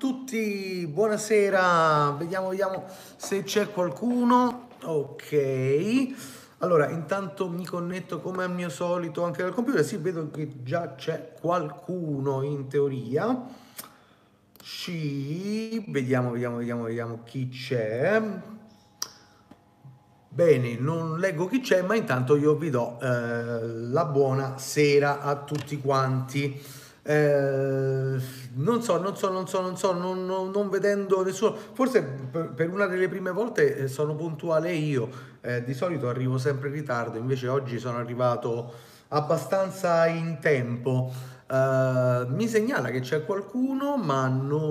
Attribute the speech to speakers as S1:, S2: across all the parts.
S1: tutti, buonasera, vediamo se c'è qualcuno. Ok, allora intanto mi connetto come al mio solito anche dal computer. Sì, vedo che già c'è qualcuno in teoria. Sì, vediamo chi c'è. Bene, non leggo chi c'è, ma intanto io vi do la buona sera a tutti quanti. Non vedendo nessuno, forse per una delle prime volte sono puntuale io. Di solito arrivo sempre in ritardo, invece oggi sono arrivato abbastanza in tempo. Mi segnala che c'è qualcuno, ma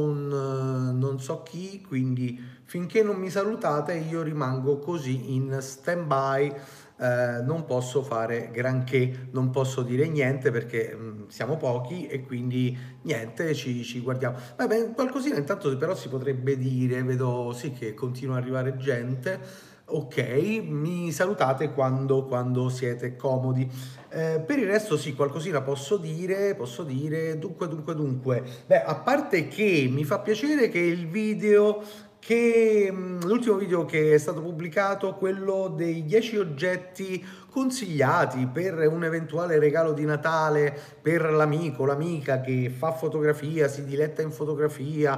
S1: non so chi, quindi finché non mi salutate io rimango così in stand-by. Non posso fare granché, non posso dire niente perché siamo pochi e quindi niente, ci guardiamo. Vabbè, qualcosina intanto però si potrebbe dire, vedo sì che continua ad arrivare gente. Ok, mi salutate quando siete comodi. Per il resto sì, qualcosina posso dire, dunque. Beh, a parte che mi fa piacere che il video l'ultimo video che è stato pubblicato, quello dei 10 oggetti consigliati per un eventuale regalo di Natale per l'amico, l'amica che fa fotografia, si diletta in fotografia,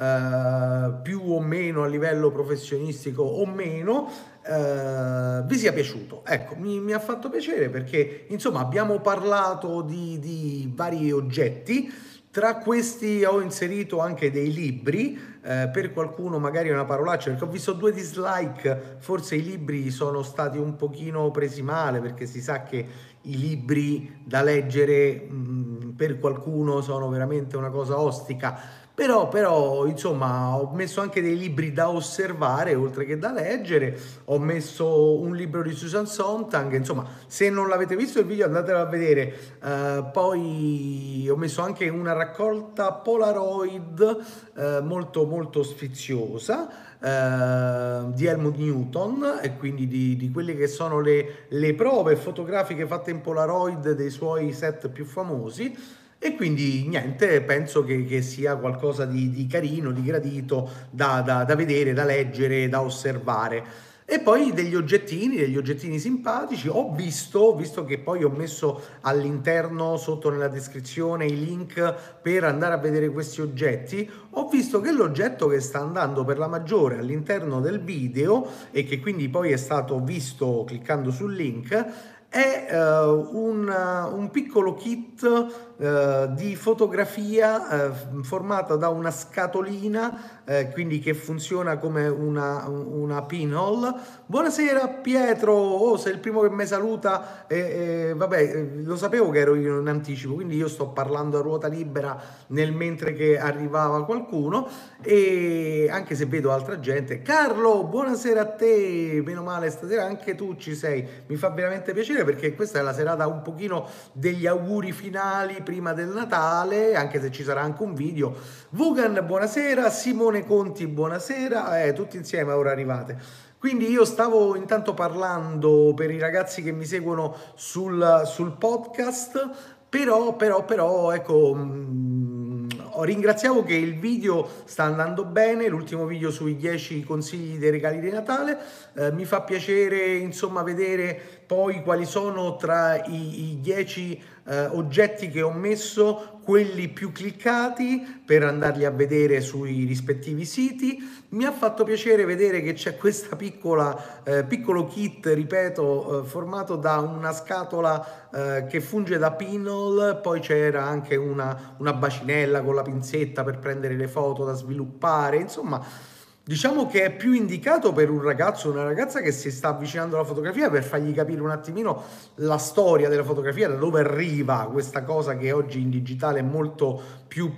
S1: più o meno a livello professionistico o meno, vi sia piaciuto. Ecco, mi ha fatto piacere perché insomma abbiamo parlato di vari oggetti. Tra questi ho inserito anche dei libri, per qualcuno magari è una parolaccia, perché ho visto 2 dislike, forse i libri sono stati un pochino presi male, perché si sa che i libri da leggere per qualcuno sono veramente una cosa ostica. Però, insomma, ho messo anche dei libri da osservare oltre che da leggere. Ho messo un libro di Susan Sontag. Insomma, se non l'avete visto il video, andatelo a vedere. Poi ho messo anche una raccolta Polaroid molto sfiziosa di Helmut Newton, e quindi di quelle che sono le prove fotografiche fatte in Polaroid dei suoi set più famosi. E quindi niente, penso che sia qualcosa di carino, di gradito da vedere, da leggere, da osservare. E poi degli oggettini simpatici. Visto che poi ho messo all'interno, sotto nella descrizione, i link per andare a vedere questi oggetti. Ho visto che l'oggetto che sta andando per la maggiore all'interno del video e che quindi poi è stato visto cliccando sul link è un piccolo kit di fotografia formata da una scatolina, quindi che funziona come una pinhole. Buonasera Pietro, oh, sei il primo che mi saluta. Vabbè, lo sapevo che ero io in anticipo, quindi io sto parlando a ruota libera nel mentre che arrivava qualcuno, e anche se vedo altra gente. Carlo, buonasera a te, meno male stasera anche tu ci sei, mi fa veramente piacere perché questa è la serata un pochino degli auguri finali prima del Natale, anche se ci sarà anche un video. Vugan, buonasera, Simone Conti, buonasera, tutti insieme ora arrivate. Quindi io stavo intanto parlando per i ragazzi che mi seguono sul podcast, però, ecco, ringraziamo che il video sta andando bene, l'ultimo video sui 10 consigli dei regali di Natale. Mi fa piacere, insomma, vedere poi quali sono tra i 10 oggetti che ho messo quelli più cliccati per andarli a vedere sui rispettivi siti. Mi ha fatto piacere vedere che c'è questa piccolo kit, ripeto, formato da una scatola che funge da pinhole. Poi c'era anche una bacinella con la pinzetta per prendere le foto da sviluppare. Insomma, diciamo che è più indicato per un ragazzo o una ragazza che si sta avvicinando alla fotografia, per fargli capire un attimino la storia della fotografia, da dove arriva questa cosa che oggi in digitale è molto più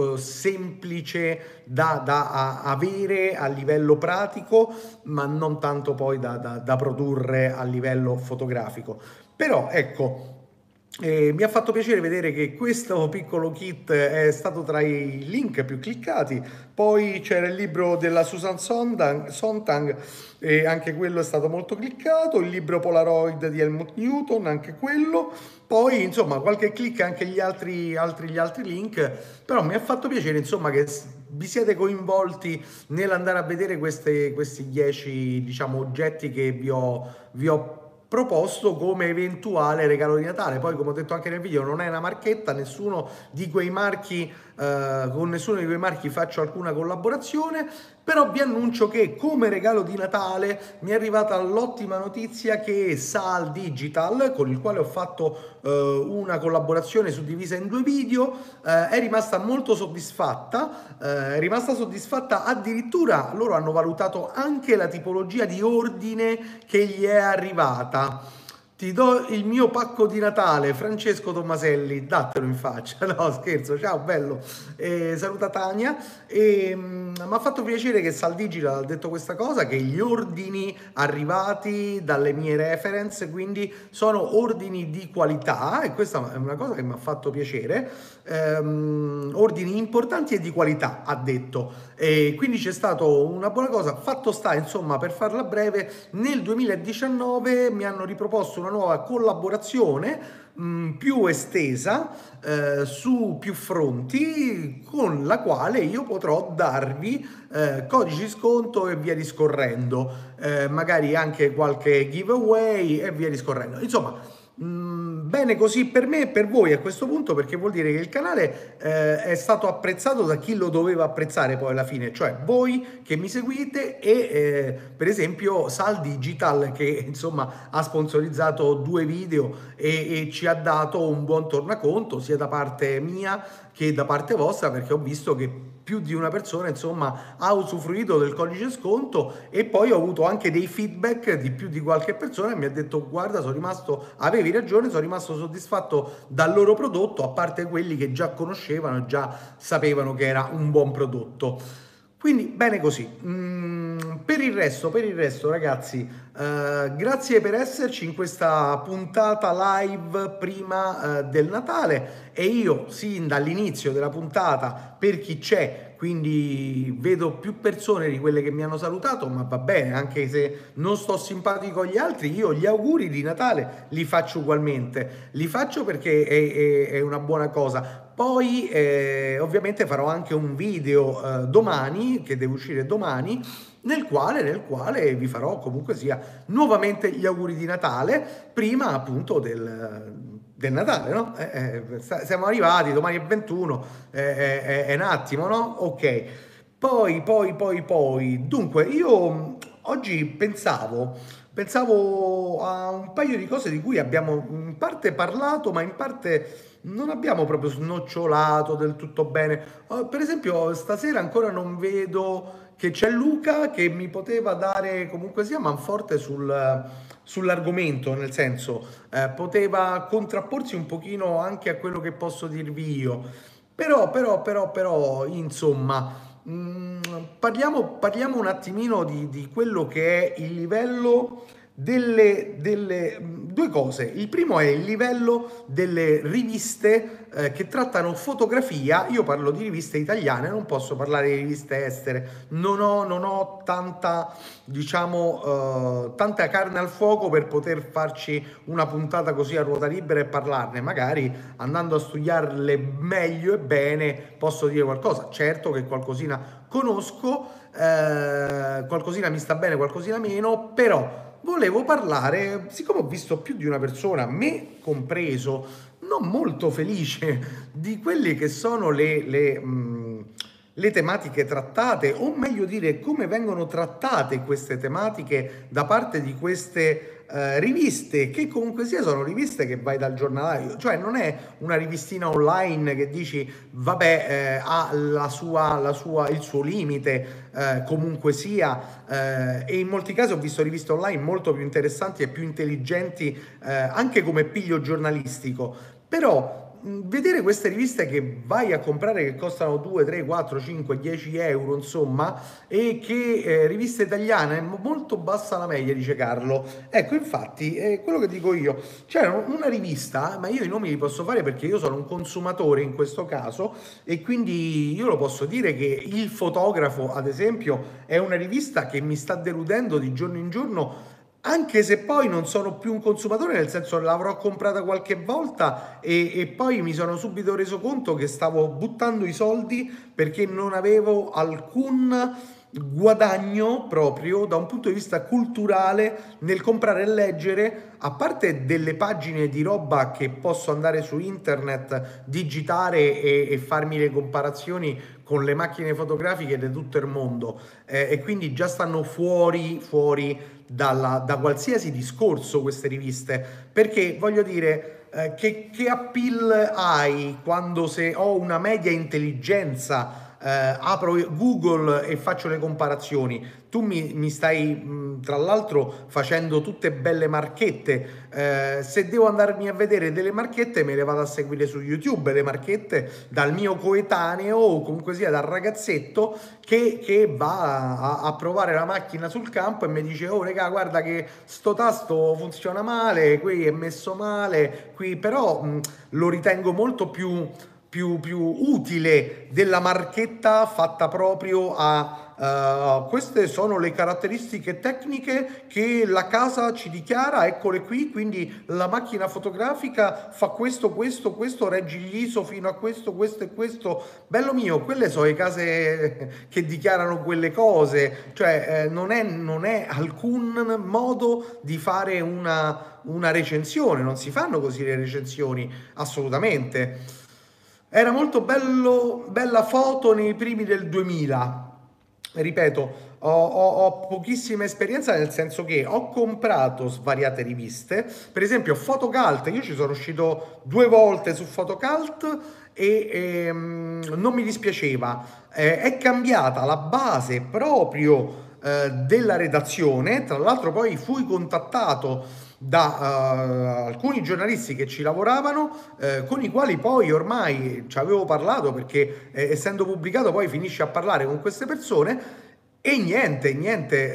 S1: semplice da avere a livello pratico, ma non tanto poi da produrre a livello fotografico. Però ecco, mi ha fatto piacere vedere che questo piccolo kit è stato tra i link più cliccati. Poi c'era il libro della Susan Sontag, e anche quello è stato molto cliccato. Il libro Polaroid di Helmut Newton, anche quello. Poi insomma qualche click anche gli altri link. Però mi ha fatto piacere insomma che vi siete coinvolti nell'andare a vedere questi 10, diciamo, oggetti che vi ho proposto come eventuale regalo di Natale. Poi, come ho detto anche nel video, non è una marchetta, nessuno di quei marchi, con nessuno di quei marchi faccio alcuna collaborazione, però vi annuncio che come regalo di Natale mi è arrivata l'ottima notizia che Sal Digital, con il quale ho fatto una collaborazione suddivisa in 2 video, è rimasta molto soddisfatta, è rimasta soddisfatta addirittura, loro hanno valutato anche la tipologia di ordine che gli è arrivata. Ti do il mio pacco di Natale, Francesco Tommaselli, datelo in faccia. No, scherzo, ciao, bello. Saluta Tania. Mi ha fatto piacere che Sal Digital ha detto questa cosa, che gli ordini arrivati dalle mie reference, quindi sono ordini di qualità, e questa è una cosa che mi ha fatto piacere. Ordini importanti e di qualità, ha detto. E quindi c'è stato una buona cosa. Fatto sta, insomma, per farla breve, nel 2019 mi hanno riproposto una nuova collaborazione più estesa, su più fronti, con la quale io potrò darvi codici sconto e via discorrendo, magari anche qualche giveaway e via discorrendo. Insomma, bene così per me e per voi a questo punto, perché vuol dire che il canale è stato apprezzato da chi lo doveva apprezzare poi alla fine, cioè voi che mi seguite e per esempio Sal Digital, che insomma ha sponsorizzato 2 video e ci ha dato un buon tornaconto sia da parte mia che da parte vostra, perché ho visto che più di una persona insomma ha usufruito del codice sconto, e poi ho avuto anche dei feedback di più di qualche persona che mi ha detto: guarda, sono rimasto, avevi ragione, sono rimasto soddisfatto dal loro prodotto, a parte quelli che già conoscevano e già sapevano che era un buon prodotto. Quindi bene così. Per il resto ragazzi, grazie per esserci in questa puntata live prima del Natale, e io sin dall'inizio della puntata, per chi c'è, quindi vedo più persone di quelle che mi hanno salutato, ma va bene, anche se non sto simpatico agli altri, io gli auguri di Natale li faccio ugualmente, li faccio perché è una buona cosa. Poi ovviamente farò anche un video domani, che deve uscire domani, nel quale vi farò comunque sia nuovamente gli auguri di Natale, prima appunto del Natale, no? Siamo arrivati, domani è 21, è un attimo, no? Ok. Poi, dunque, io oggi pensavo a un paio di cose di cui abbiamo in parte parlato, ma in parte non abbiamo proprio snocciolato del tutto bene. Per esempio, stasera ancora non vedo che c'è Luca che mi poteva dare comunque sia manforte sull'argomento, nel senso, poteva contrapporsi un pochino anche a quello che posso dirvi io. Però, insomma, parliamo un attimino di quello che è il livello delle 2 cose. Il primo è il livello delle riviste che trattano fotografia. Io parlo di riviste italiane, non posso parlare di riviste estere, non ho tanta, diciamo, tanta carne al fuoco per poter farci una puntata così a ruota libera e parlarne. Magari andando a studiarle meglio e bene posso dire qualcosa. Certo che qualcosina conosco, qualcosina mi sta bene, qualcosina meno, però volevo parlare, siccome ho visto più di una persona, me compreso, non molto felice di quelle che sono le tematiche trattate, o meglio dire come vengono trattate queste tematiche da parte di queste riviste, che comunque sia sono riviste che vai dal giornalaio, cioè non è una rivistina online che dici vabbè, ha il suo limite, comunque sia, e in molti casi ho visto riviste online molto più interessanti e più intelligenti, anche come piglio giornalistico. Però vedere queste riviste che vai a comprare, che costano 2, 3, 4, 5, 10 euro, insomma, e che riviste italiane è molto bassa la media, dice Carlo. Ecco, infatti, è quello che dico io. C'è una rivista, ma io i nomi li posso fare perché io sono un consumatore in questo caso, e quindi io lo posso dire che Il Fotografo, ad esempio, è una rivista che mi sta deludendo di giorno in giorno, anche se poi non sono più un consumatore, nel senso che l'avrò comprata qualche volta e poi mi sono subito reso conto che stavo buttando i soldi perché non avevo alcun guadagno proprio da un punto di vista culturale nel comprare e leggere, a parte delle pagine di roba che posso andare su internet, digitare e farmi le comparazioni con le macchine fotografiche di tutto il mondo, e quindi già stanno fuori da qualsiasi discorso queste riviste, perché voglio dire, che appeal hai quando, se ho una media intelligenza, apro Google e faccio le comparazioni? Tu mi stai tra l'altro facendo tutte belle marchette. Se devo andarmi a vedere delle marchette, me le vado a seguire su YouTube, le marchette dal mio coetaneo o comunque sia dal ragazzetto che va a provare la macchina sul campo e mi dice: oh regà, guarda che sto tasto funziona male, qui è messo male, qui però lo ritengo molto più utile della marchetta fatta proprio a queste sono le caratteristiche tecniche che la casa ci dichiara, eccole qui, quindi la macchina fotografica fa questo, reggi gli ISO fino a questo e questo. Bello mio, quelle sono le case che dichiarano quelle cose, cioè non è alcun modo di fare una recensione, non si fanno così le recensioni, assolutamente. Era molto bella foto nei primi del 2000. Ripeto, ho pochissima esperienza, nel senso che ho comprato svariate riviste, per esempio Photocult, io ci sono uscito 2 volte su Photocult non mi dispiaceva. È cambiata la base proprio della redazione, tra l'altro poi fui contattato da alcuni giornalisti che ci lavoravano, con i quali poi ormai ci avevo parlato, perché essendo pubblicato poi finisci a parlare con queste persone e niente,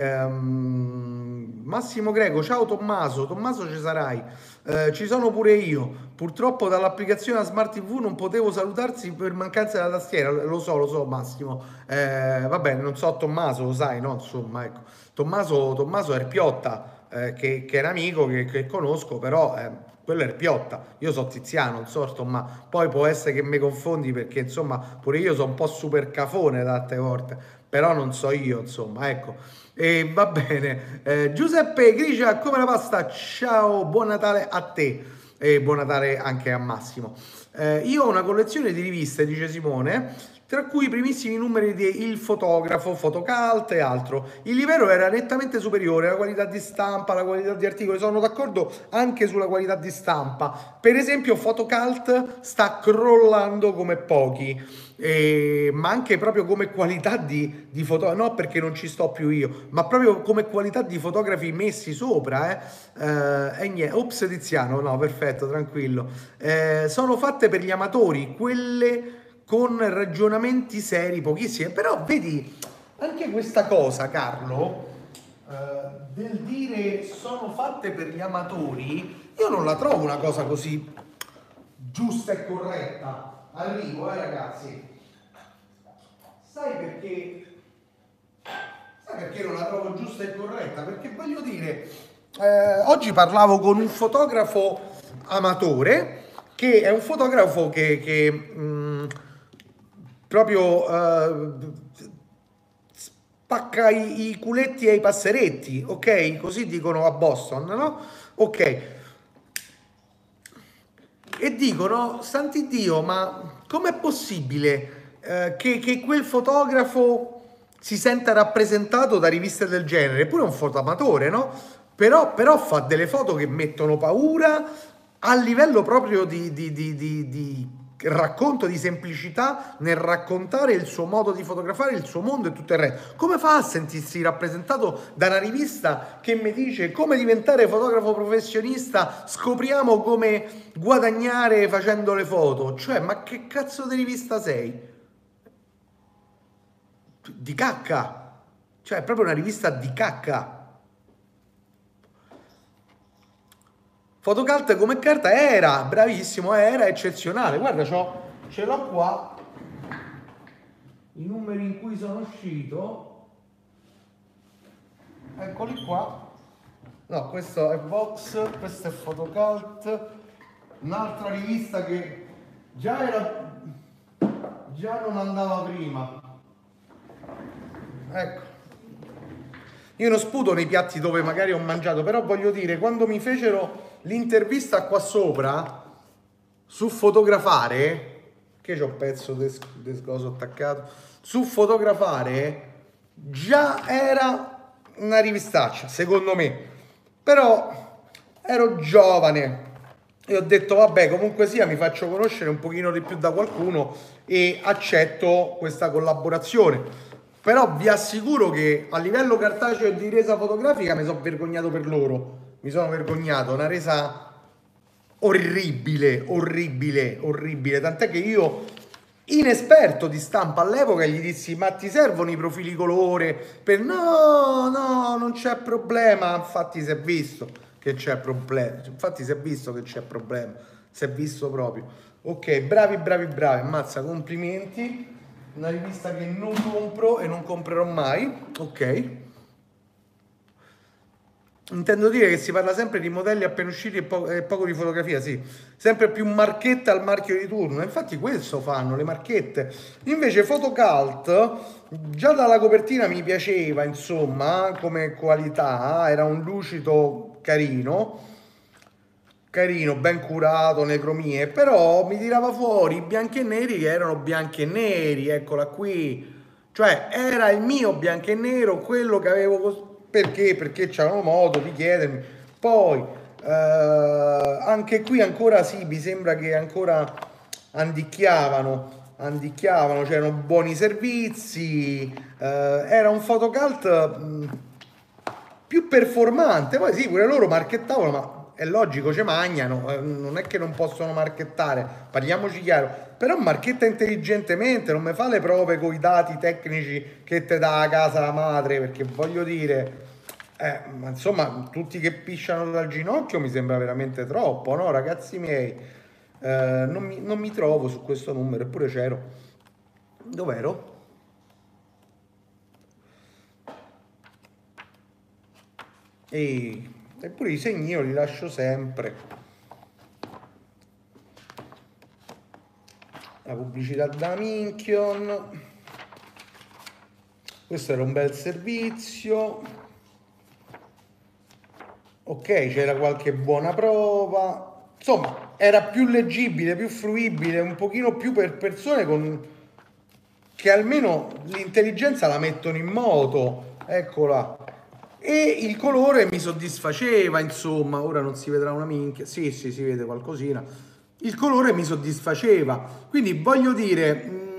S1: Massimo Greco, ciao Tommaso ci sarai. Ci sono pure io. Purtroppo dall'applicazione a Smart TV non potevo salutarsi per mancanza della tastiera. Lo so, Massimo. Vabbè, non so Tommaso, lo sai, no? Insomma, ecco. Tommaso Erpiotta, che è un amico che conosco, però quello è Erpiotta. Io so Tiziano, non so Tommaso. Poi può essere che mi confondi perché, insomma, pure io sono un po' super cafone tante volte, però non so io, insomma, ecco. E va bene. Giuseppe Grigia, come la pasta? Ciao, buon Natale a te e buon Natale anche a Massimo. Io ho una collezione di riviste, dice Simone, tra cui i primissimi numeri di Il Fotografo, Photocult e altro. Il livello era nettamente superiore, la qualità di stampa, la qualità di articoli, sono d'accordo anche sulla qualità di stampa. Per esempio Photocult sta crollando come pochi. Ma anche proprio come qualità di foto, no perché non ci sto più io, ma proprio come qualità di fotografi messi sopra, e niente, ops Tiziano, no, perfetto, tranquillo. Sono fatte per gli amatori, quelle con ragionamenti seri, pochissime, però vedi, anche questa cosa, Carlo, del dire sono fatte per gli amatori, io non la trovo una cosa così giusta e corretta. Arrivo, ragazzi. Sai perché? Sai perché non la trovo giusta e corretta? Perché voglio dire, oggi parlavo con un fotografo amatore, che è un fotografo che proprio spacca i culetti ai passeretti, ok? Così dicono a Boston, no? Ok. E dicono, santi Dio, ma com'è possibile che quel fotografo si senta rappresentato da riviste del genere? Eppure è un fotoamatore, no? Però fa delle foto che mettono paura a livello proprio di racconto, di semplicità nel raccontare il suo modo di fotografare, il suo mondo e tutto il resto. Come fa a sentirsi rappresentato da una rivista che mi dice come diventare fotografo professionista, scopriamo come guadagnare facendo le foto? Cioè, ma che cazzo di rivista sei? Di cacca! Cioè, è proprio una rivista di cacca. Photocult come carta era bravissimo, era eccezionale. Guarda, ce l'ho qua. I numeri in cui sono uscito, eccoli qua. No, questo è Vox, questo è Photocult, un'altra rivista che già era, già non andava prima. Ecco, io non sputo nei piatti dove magari ho mangiato, però voglio dire, quando mi fecero l'intervista qua sopra su fotografare, che c'ho un pezzo di scoso attaccato, su fotografare già era una rivistaccia, secondo me. Però ero giovane e ho detto vabbè, comunque sia, mi faccio conoscere un pochino di più da qualcuno e accetto questa collaborazione. Però vi assicuro che a livello cartaceo e di resa fotografica mi sono vergognato per loro. Mi sono vergognato, una resa orribile, orribile, orribile. Tant'è che io, inesperto di stampa all'epoca, gli dissi: ma ti servono i profili colore? No, no, non c'è problema. Infatti si è visto che c'è problema. Infatti si è visto che c'è problema. Si è visto proprio. Ok, bravi, bravi, bravi. Ammazza, complimenti. Una rivista che non compro e non comprerò mai. Ok. Intendo dire che si parla sempre di modelli appena usciti e poco di fotografia, sì. Sempre più marchetta al marchio di turno. Infatti questo fanno, le marchette. Invece Photocult, già dalla copertina mi piaceva, insomma, come qualità. Era un lucido carino, carino, ben curato, necromie. Però mi tirava fuori i bianchi e neri che erano bianchi e neri, eccola qui. Cioè, era il mio bianco e nero, quello che avevo. Perché? Perché c'erano modo di chiedermi. Poi, anche qui ancora sì, mi sembra che ancora andicchiavano, c'erano buoni servizi, era un photocult più performante. Poi sì, pure loro marchettavano, ma è logico, ci magnano, non è che non possono marchettare, parliamoci chiaro. Però marchetta intelligentemente, non mi fa le prove con i dati tecnici che te dà a casa la madre, perché voglio dire, ma insomma, tutti che pisciano dal ginocchio mi sembra veramente troppo, no, ragazzi miei? Non mi trovo su questo numero, eppure c'ero. Dov'ero? Eppure i segni io li lascio sempre. La pubblicità da Minchion. Questo era un bel servizio. Ok, c'era qualche buona prova. Insomma, era più leggibile, più fruibile, un pochino più per persone che almeno l'intelligenza la mettono in moto. Eccola. E il colore mi soddisfaceva, insomma, ora non si vedrà una minchia. Sì, sì, si vede qualcosina. Il colore mi soddisfaceva. Quindi voglio dire,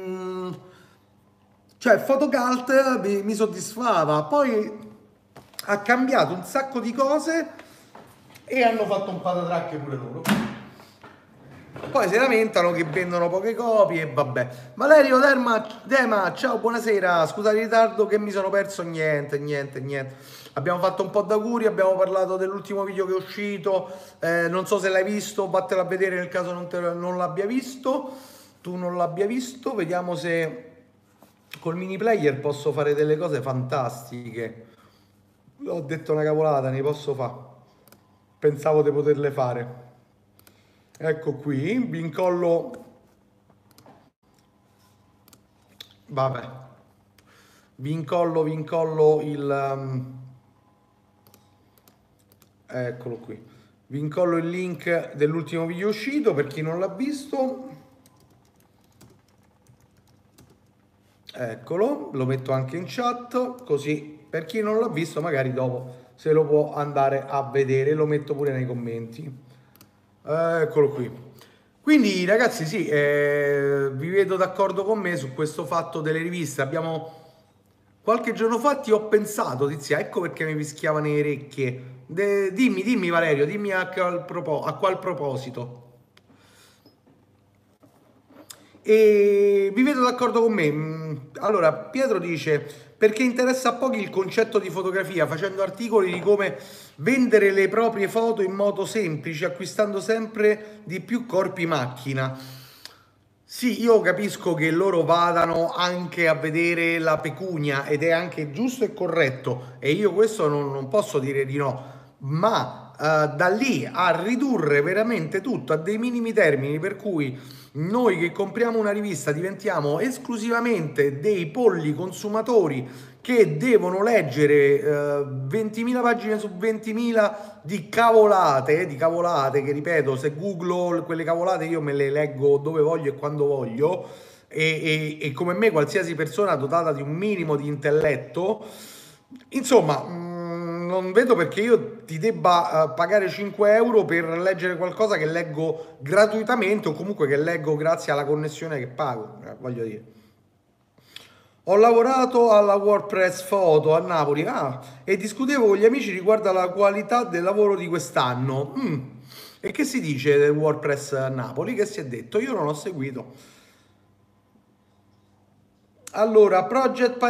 S1: cioè Photocult mi soddisfava. Poi ha cambiato un sacco di cose e hanno fatto un patatracche pure loro. Poi si lamentano che vendono poche copie e vabbè. Valerio Dema, ciao, buonasera. Scusa il ritardo che mi sono perso niente, niente, niente. Abbiamo fatto un po' d'auguri, abbiamo parlato dell'ultimo video che è uscito. Non so se l'hai visto, vattelo a vedere nel caso non l'abbia visto. Tu non l'abbia visto, vediamo se col mini player posso fare delle cose fantastiche. Ho detto una cavolata, ne posso fare. Pensavo di poterle fare. Ecco qui, vi incollo. Vabbè, vi incollo il. Eccolo qui. Vi incollo il link dell'ultimo video uscito per chi non l'ha visto. Eccolo, lo metto anche in chat, così per chi non l'ha visto magari dopo se lo può andare a vedere, lo metto pure nei commenti. Eccolo qui. Quindi ragazzi sì, vi vedo d'accordo con me su questo fatto delle riviste. Qualche giorno fa ti ho pensato, Tizia, ecco perché mi fischiavano le orecchie. Dimmi Valerio, dimmi a qual proposito. E vi vedo d'accordo con me. Allora, Pietro dice: perché interessa a pochi il concetto di fotografia, facendo articoli di come vendere le proprie foto in modo semplice, acquistando sempre di più corpi macchina. Sì, io capisco che loro vadano anche a vedere la pecunia ed è anche giusto e corretto, e io questo non posso dire di no. ma da lì a ridurre veramente tutto a dei minimi termini, per cui noi che compriamo una rivista diventiamo esclusivamente dei polli consumatori che devono leggere 20.000 pagine su 20.000 di cavolate, che ripeto, se googlo quelle cavolate io me le leggo dove voglio e quando voglio, e come me qualsiasi persona dotata di un minimo di intelletto, insomma, non vedo perché io ti debba pagare 5 euro per leggere qualcosa che leggo gratuitamente o comunque che leggo grazie alla connessione che pago, voglio dire. Ho lavorato alla WordPress Photo a Napoli, e discutevo con gli amici riguardo alla qualità del lavoro di quest'anno. E che si dice del WordPress a Napoli? Che si è detto? Io non ho seguito. Allora, Project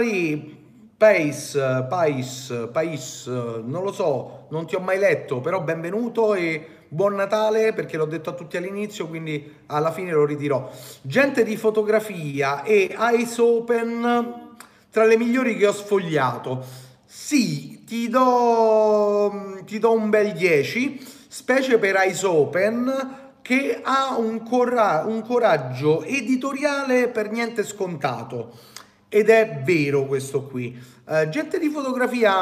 S1: Pace, non lo so, non ti ho mai letto, però benvenuto e buon Natale perché l'ho detto a tutti all'inizio, quindi alla fine lo ridirò. Gente di fotografia e Eyes Open tra le migliori che ho sfogliato. Sì, ti do un bel 10, specie per Eyes Open che ha un coraggio editoriale per niente scontato. Ed è vero questo qui. Gente di fotografia,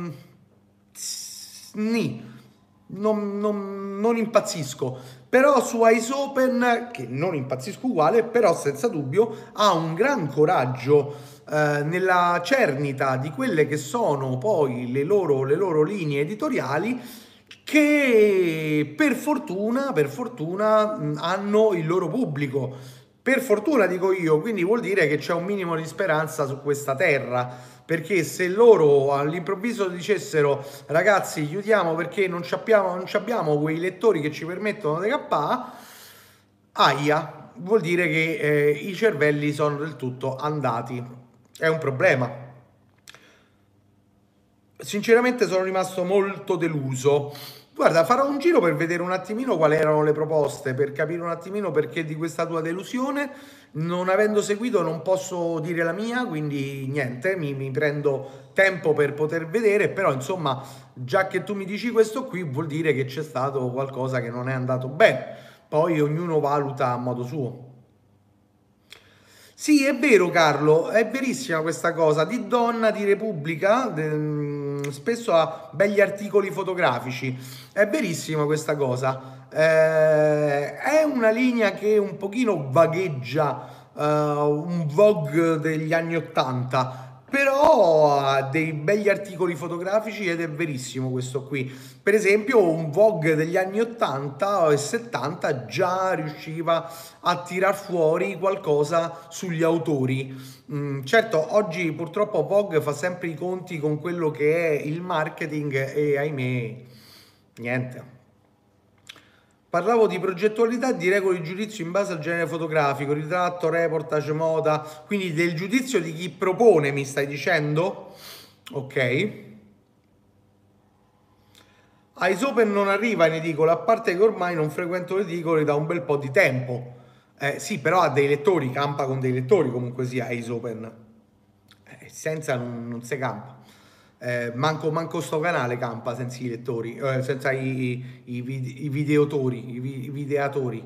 S1: nì, non impazzisco. Però su Eyes Open, che non impazzisco uguale, però senza dubbio ha un gran coraggio nella cernita di quelle che sono poi le loro linee editoriali che per fortuna hanno il loro pubblico. Per fortuna dico io, quindi vuol dire che c'è un minimo di speranza su questa terra, perché se loro all'improvviso dicessero ragazzi chiudiamo perché non ci abbiamo quei lettori che ci permettono di cappare, aia, vuol dire che i cervelli sono del tutto andati. È un problema. Sinceramente sono rimasto molto deluso. Guarda, farò un giro per vedere un attimino quali erano le proposte, per capire un attimino perché di questa tua delusione. Non avendo seguito non posso dire la mia, quindi niente, mi prendo tempo per poter vedere, però insomma, già che tu mi dici questo qui vuol dire che c'è stato qualcosa che non è andato bene. Poi ognuno valuta a modo suo. Sì, è vero Carlo, è verissima questa cosa. Di Donna, di Repubblica, spesso ha begli articoli fotografici. È verissima questa cosa. È una linea che un pochino vagheggia, un Vogue degli anni Ottanta, però ha dei begli articoli fotografici ed è verissimo questo qui. Per esempio, un Vogue degli anni 80 e 70 già riusciva a tirar fuori qualcosa sugli autori. Certo, oggi purtroppo Vogue fa sempre i conti con quello che è il marketing e ahimè, niente. Parlavo di progettualità, di regole di giudizio in base al genere fotografico, ritratto, reportage, moda, quindi del giudizio di chi propone, mi stai dicendo? Ok. Eyes Open non arriva in edicola, a parte che ormai non frequento le edicole da un bel po' di tempo. Sì, però ha dei lettori, campa con dei lettori comunque sia Eyes Open. Senza non si campa. Manco sto canale campa senza i lettori, senza i videotori, i videatori,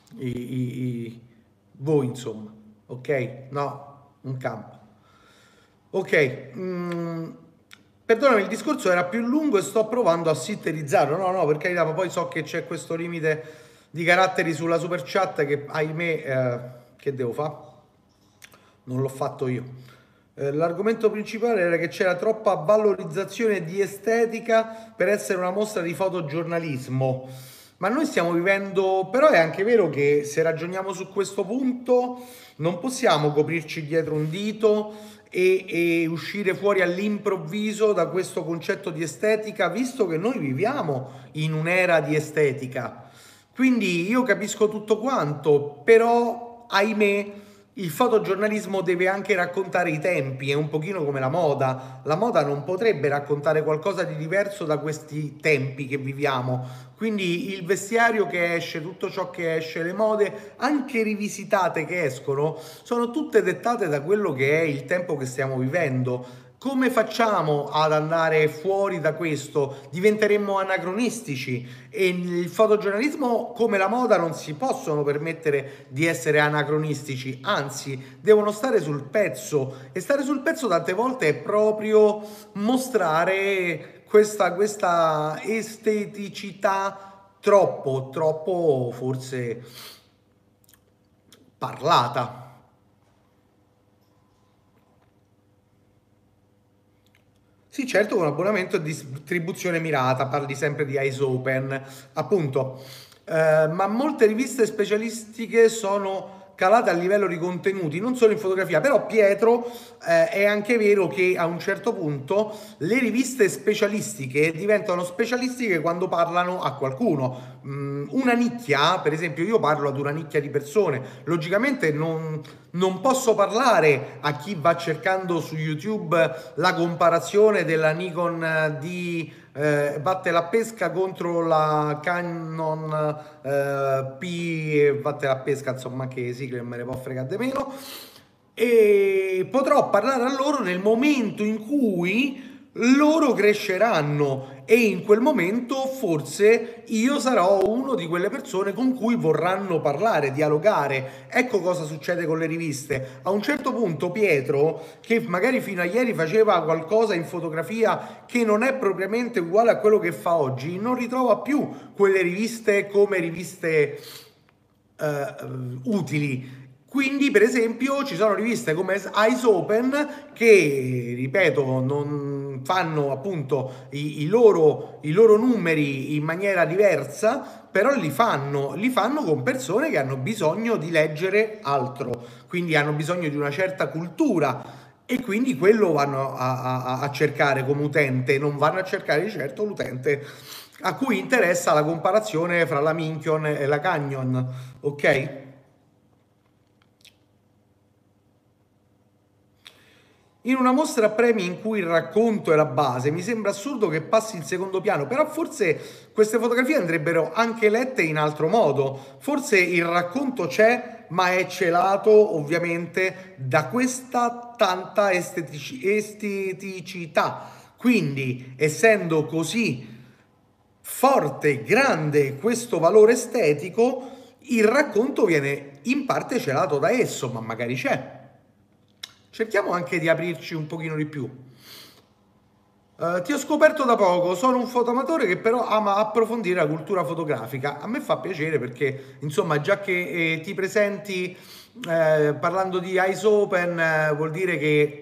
S1: voi insomma, ok? No, non campa. Ok, perdonami, il discorso era più lungo e sto provando a sintetizzarlo. No, no, per carità, ma poi so che c'è questo limite di caratteri sulla super chat che, ahimè, che devo fare? Non l'ho fatto io. L'argomento principale era che c'era troppa valorizzazione di estetica per essere una mostra di fotogiornalismo. Ma noi stiamo vivendo, però è anche vero che se ragioniamo su questo punto non possiamo coprirci dietro un dito e uscire fuori all'improvviso da questo concetto di estetica, visto che noi viviamo in un'era di estetica. Quindi io capisco tutto quanto, però ahimè il fotogiornalismo deve anche raccontare i tempi, è un pochino come la moda. La moda non potrebbe raccontare qualcosa di diverso da questi tempi che viviamo. Quindi il vestiario che esce, tutto ciò che esce, le mode, anche rivisitate che escono, sono tutte dettate da quello che è il tempo che stiamo vivendo. Come facciamo ad andare fuori da questo? Diventeremmo anacronistici e il fotogiornalismo come la moda non si possono permettere di essere anacronistici, anzi devono stare sul pezzo e stare sul pezzo tante volte è proprio mostrare questa esteticità troppo forse parlata. Sì, certo, con abbonamento e distribuzione mirata, parli sempre di Eyes Open, appunto. Ma molte riviste specialistiche sono calate a livello di contenuti, non solo in fotografia, però Pietro, è anche vero che a un certo punto le riviste specialistiche diventano specialistiche quando parlano a qualcuno. Una nicchia, per esempio, io parlo ad una nicchia di persone, logicamente non posso parlare a chi va cercando su YouTube la comparazione della Nikon Vatte la pesca contro la Canon P Vatte la pesca, insomma, che sì, che me ne può fregare di meno, e potrò parlare a loro nel momento in cui loro cresceranno e in quel momento forse io sarò uno di quelle persone con cui vorranno parlare, dialogare. Ecco cosa succede con le riviste. A un certo punto Pietro, che magari fino a ieri faceva qualcosa in fotografia che non è propriamente uguale a quello che fa oggi, non ritrova più quelle riviste come riviste utili. Quindi, per esempio, ci sono riviste come Eyes Open che, ripeto, non fanno appunto i loro numeri in maniera diversa, però li fanno con persone che hanno bisogno di leggere altro, quindi hanno bisogno di una certa cultura. E quindi quello vanno a cercare come utente, non vanno a cercare di certo l'utente a cui interessa la comparazione fra la Minchion e la Canyon, ok? In una mostra a premi in cui il racconto è la base, mi sembra assurdo che passi in secondo piano, però forse queste fotografie andrebbero anche lette in altro modo. Forse il racconto c'è, ma è celato ovviamente da questa tanta esteticità. Quindi, essendo così forte, grande questo valore estetico, il racconto viene in parte celato da esso, ma magari c'è. Cerchiamo anche di aprirci un pochino di più. Ti ho scoperto da poco, sono un fotoamatore che però ama approfondire la cultura fotografica. A me fa piacere perché, insomma, già che ti presenti parlando di Eyes Open, vuol dire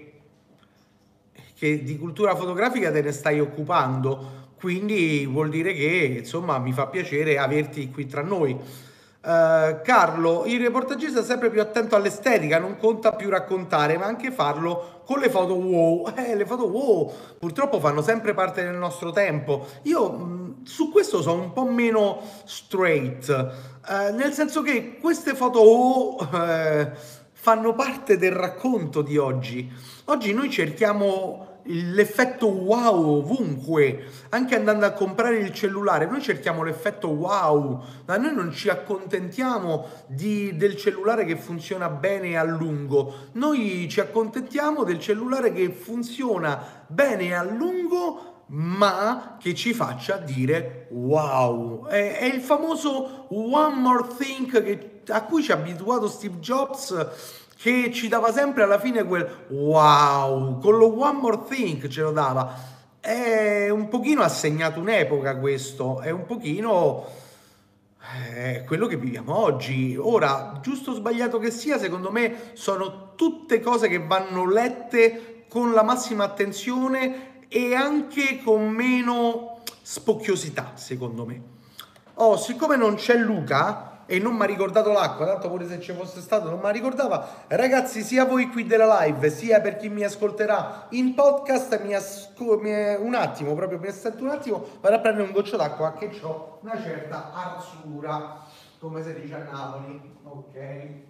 S1: che di cultura fotografica te ne stai occupando, quindi vuol dire che insomma mi fa piacere averti qui tra noi. Carlo, il reportagista è sempre più attento all'estetica, non conta più raccontare, ma anche farlo con le foto wow. Le foto wow purtroppo fanno sempre parte del nostro tempo. Io su questo sono un po' meno straight, nel senso che queste foto wow fanno parte del racconto di oggi. Oggi noi cerchiamo l'effetto wow ovunque, anche andando a comprare il cellulare, noi cerchiamo l'effetto wow, ma noi non ci accontentiamo del cellulare che funziona bene a lungo, noi ci accontentiamo del cellulare che funziona bene a lungo ma che ci faccia dire wow. È il famoso one more thing a cui ci ha abituato Steve Jobs, che ci dava sempre alla fine quel wow, con lo one more thing ce lo dava. È un pochino ha segnato un'epoca questo, è un pochino quello che viviamo oggi. Ora, giusto o sbagliato che sia, secondo me sono tutte cose che vanno lette con la massima attenzione e anche con meno spocchiosità, secondo me. Oh, siccome non c'è Luca e non mi ha ricordato l'acqua, tanto pure se ci fosse stato non mi ricordava, ragazzi, sia voi qui della live, sia per chi mi ascolterà in podcast, un attimo, proprio mi assento un attimo, vado a prendere un goccio d'acqua che ho una certa arzura, come si dice a Napoli, ok?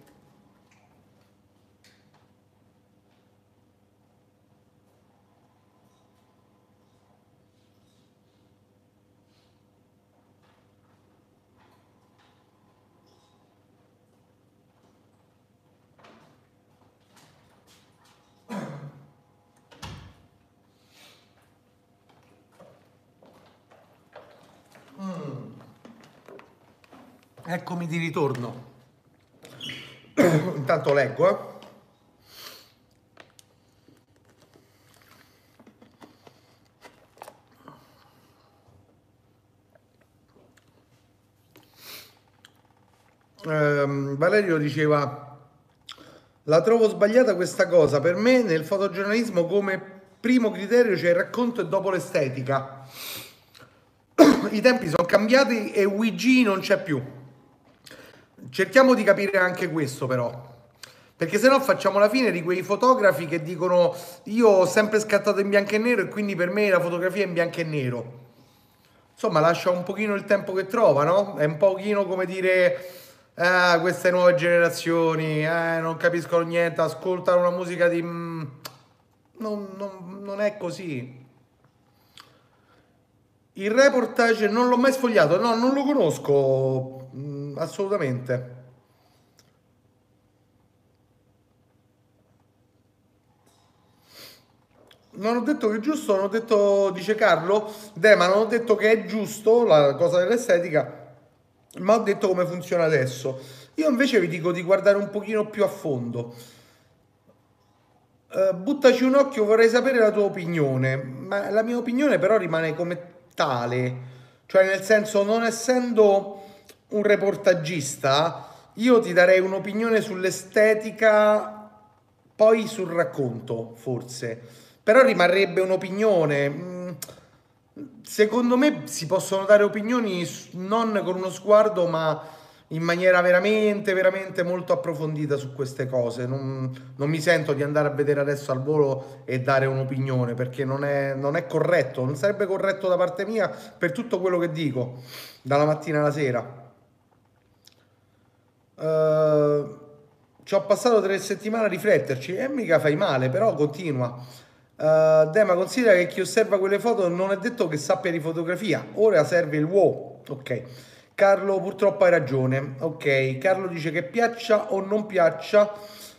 S1: Eccomi di ritorno. Intanto leggo, Valerio diceva: la trovo sbagliata questa cosa. Per me nel fotogiornalismo come primo criterio c'è il racconto e dopo l'estetica. I tempi sono cambiati e WG non c'è più. Cerchiamo di capire anche questo però. Perché se no facciamo la fine di quei fotografi che dicono io ho sempre scattato in bianco e nero e quindi per me la fotografia è in bianco e nero. Insomma, lascia un pochino il tempo che trova, no? È un pochino come dire, ah, queste nuove generazioni, non capiscono niente, ascoltano una musica di... non è così. Il reportage non l'ho mai sfogliato, no, non lo conosco, assolutamente. Non ho detto che è giusto, non ho detto, dice Carlo, ma non ho detto che è giusto la cosa dell'estetica, ma ho detto come funziona adesso. Io invece vi dico di guardare un pochino più a fondo. Buttaci un occhio, vorrei sapere la tua opinione, ma la mia opinione però rimane come tale, cioè nel senso non essendo un reportagista, io ti darei un'opinione sull'estetica, poi sul racconto, forse, però rimarrebbe un'opinione. Secondo me si possono dare opinioni non con uno sguardo, ma in maniera veramente, veramente molto approfondita su queste cose. Non mi sento di andare a vedere adesso al volo e dare un'opinione perché non è corretto, non sarebbe corretto da parte mia per tutto quello che dico, dalla mattina alla sera. Ci ho passato 3 settimane a rifletterci e mica fai male, però continua. Dema considera che chi osserva quelle foto non è detto che sappia di fotografia, ora serve il wow. Ok. Carlo, purtroppo hai ragione. Ok, Carlo dice che piaccia o non piaccia,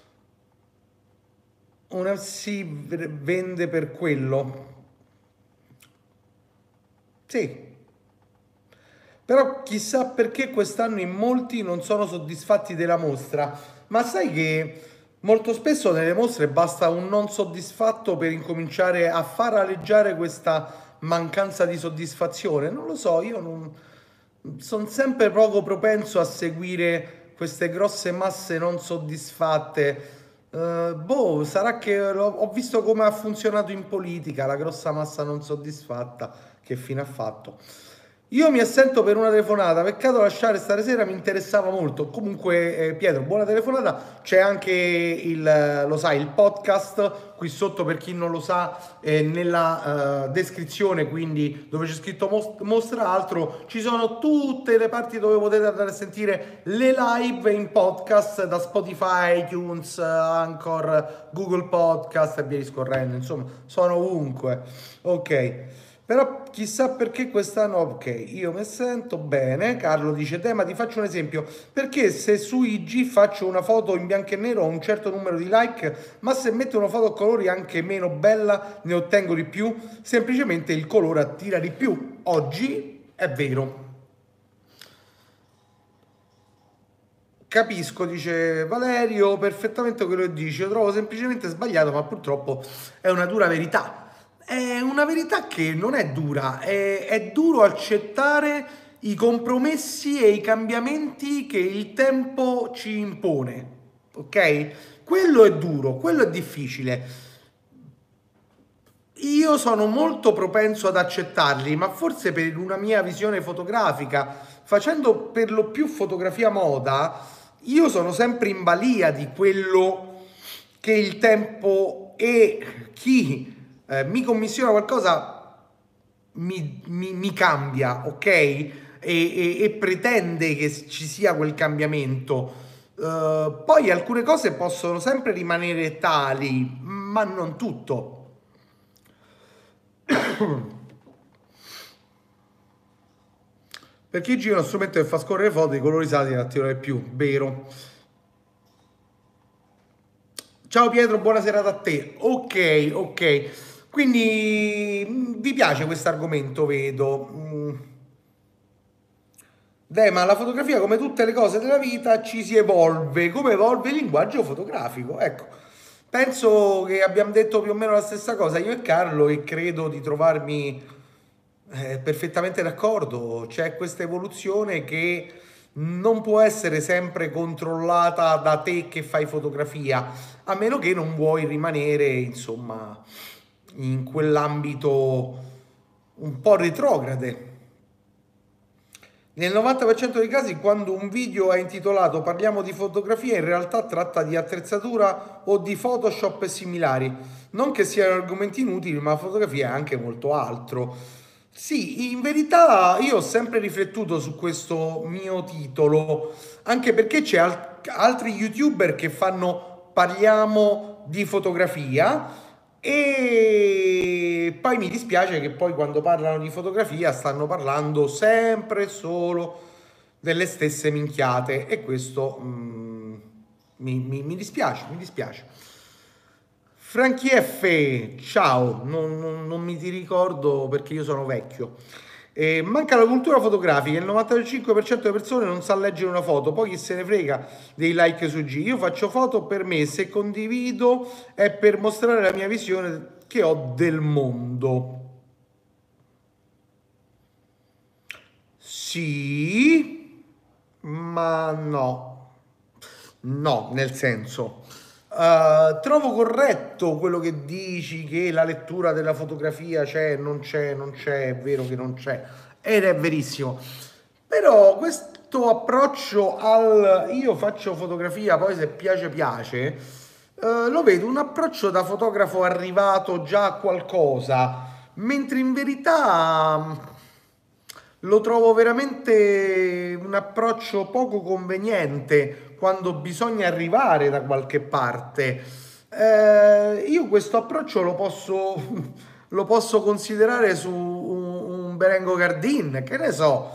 S1: una si vende per quello. Sì, però chissà perché quest'anno in molti non sono soddisfatti della mostra. Ma sai che molto spesso nelle mostre basta un non soddisfatto per incominciare a far aleggiare questa mancanza di soddisfazione? Non lo so, io non... sono sempre poco propenso a seguire queste grosse masse non soddisfatte. Boh, sarà che ho visto come ha funzionato in politica la grossa massa non soddisfatta, che fine ha fatto. Io mi assento per una telefonata, peccato lasciare stare sera, mi interessava molto. Comunque, Pietro, buona telefonata. C'è anche lo sai, il podcast qui sotto per chi non lo sa, nella descrizione, quindi dove c'è scritto mostra altro, ci sono tutte le parti dove potete andare a sentire le live in podcast da Spotify, iTunes, Anchor, Google Podcast e via discorrendo. Insomma, sono ovunque. Ok. Però chissà perché quest'anno, ok, io mi sento bene. Carlo dice, te, ma ti faccio un esempio, perché se su IG faccio una foto in bianco e nero ho un certo numero di like, ma se metto una foto a colori anche meno bella ne ottengo di più? Semplicemente il colore attira di più. Oggi è vero. Capisco, dice Valerio, perfettamente quello che dici, lo trovo semplicemente sbagliato, ma purtroppo è una dura verità. È una verità che non è dura, è duro accettare i compromessi e i cambiamenti che il tempo ci impone, ok? Quello è duro, quello è difficile. Io sono molto propenso ad accettarli, ma forse per una mia visione fotografica, facendo per lo più fotografia moda, io sono sempre in balia di quello che il tempo e chi mi commissiona qualcosa mi cambia, ok? E pretende che ci sia quel cambiamento. Poi alcune cose possono sempre rimanere tali, ma non tutto. Per chi gira uno strumento che fa scorrere foto, i colorizzati ne attirano di più, vero? Ciao Pietro, buona serata a te. Ok, ok. Quindi vi piace questo argomento, vedo. Ma la fotografia, come tutte le cose della vita, ci si evolve, come evolve il linguaggio fotografico. Ecco, penso che abbiamo detto più o meno la stessa cosa io e Carlo e credo di trovarmi perfettamente d'accordo. C'è questa evoluzione che non può essere sempre controllata da te che fai fotografia, a meno che non vuoi rimanere, insomma, in quell'ambito un po' retrograde. Nel 90% dei casi, quando un video è intitolato Parliamo di fotografia, in realtà tratta di attrezzatura o di Photoshop e similari. Non che siano argomenti inutili, ma la fotografia è anche molto altro. Sì, in verità io ho sempre riflettuto su questo mio titolo, anche perché c'è altri YouTuber che fanno Parliamo di fotografia e poi mi dispiace che poi quando parlano di fotografia stanno parlando sempre e solo delle stesse minchiate e questo mi dispiace, mi dispiace. Franchi F, ciao, non mi ti ricordo perché io sono vecchio. Manca la cultura fotografica, il 95% delle persone non sa leggere una foto, poi chi se ne frega dei like su G. Io faccio foto per me, se condivido è per mostrare la mia visione che ho del mondo. Sì, ma no. No, nel senso, trovo corretto quello che dici che la lettura della fotografia c'è, non c'è, è vero che non c'è, ed è verissimo. Però questo approccio al io faccio fotografia, poi se piace piace, lo vedo un approccio da fotografo arrivato già a qualcosa, mentre in verità lo trovo veramente un approccio poco conveniente quando bisogna arrivare da qualche parte. Io questo approccio lo posso considerare su un Berengo Gardin, che ne so,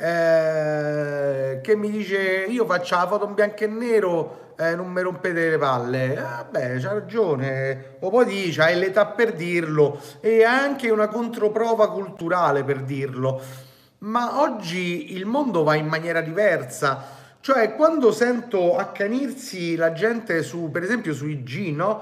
S1: che mi dice io faccio la foto in bianco e nero, non mi rompete le palle. Vabbè, c'ha ragione, o poi dice, hai l'età per dirlo e anche una controprova culturale per dirlo. Ma oggi il mondo va in maniera diversa. Cioè, quando sento accanirsi la gente su, per esempio, sui G, no?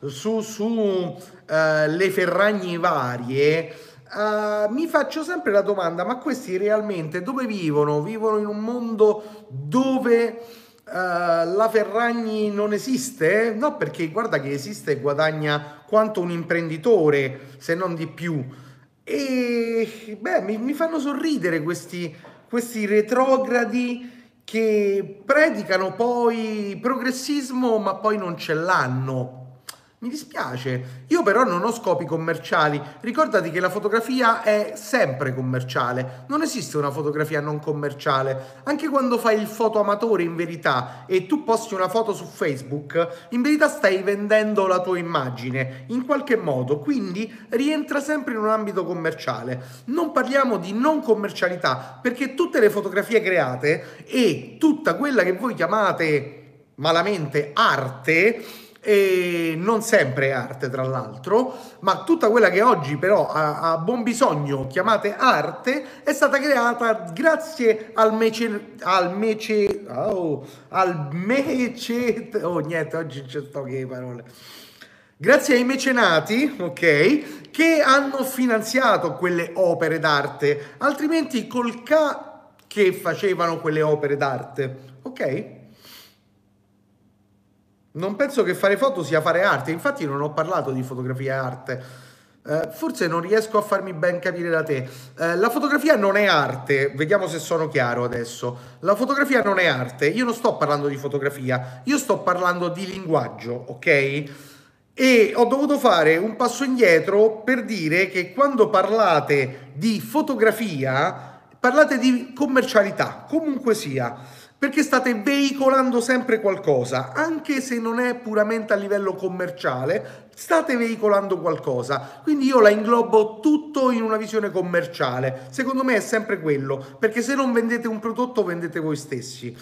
S1: Su le Ferragni varie, mi faccio sempre la domanda: ma questi realmente dove vivono? Vivono in un mondo dove la Ferragni non esiste? No, perché guarda che esiste e guadagna quanto un imprenditore, se non di più. E beh, mi fanno sorridere questi retrogradi che predicano poi progressismo, ma poi non ce l'hanno. Mi dispiace. Io però non ho scopi commerciali. Ricordati che la fotografia è sempre commerciale. Non esiste una fotografia non commerciale. Anche quando fai il fotoamatore in verità e tu posti una foto su Facebook, in verità stai vendendo la tua immagine in qualche modo, quindi rientra sempre in un ambito commerciale. Non parliamo di non commercialità, perché tutte le fotografie create e tutta quella che voi chiamate malamente arte, e non sempre è arte tra l'altro, ma tutta quella che oggi però a buon bisogno chiamate arte è stata creata grazie oh niente, oggi c'è sto che parole. Grazie ai mecenati, ok, che hanno finanziato quelle opere d'arte, altrimenti col che facevano quelle opere d'arte, ok? Non penso che fare foto sia fare arte, infatti non ho parlato di fotografia e arte. Forse non riesco a farmi ben capire da te. La fotografia non è arte, vediamo se sono chiaro adesso. La fotografia non è arte, io non sto parlando di fotografia, io sto parlando di linguaggio, ok? E ho dovuto fare un passo indietro per dire che quando parlate di fotografia, parlate di commercialità, comunque sia perché state veicolando sempre qualcosa, anche se non è puramente a livello commerciale, state veicolando qualcosa. Quindi io la inglobo tutto in una visione commerciale. Secondo me è sempre quello, perché se non vendete un prodotto, vendete voi stessi.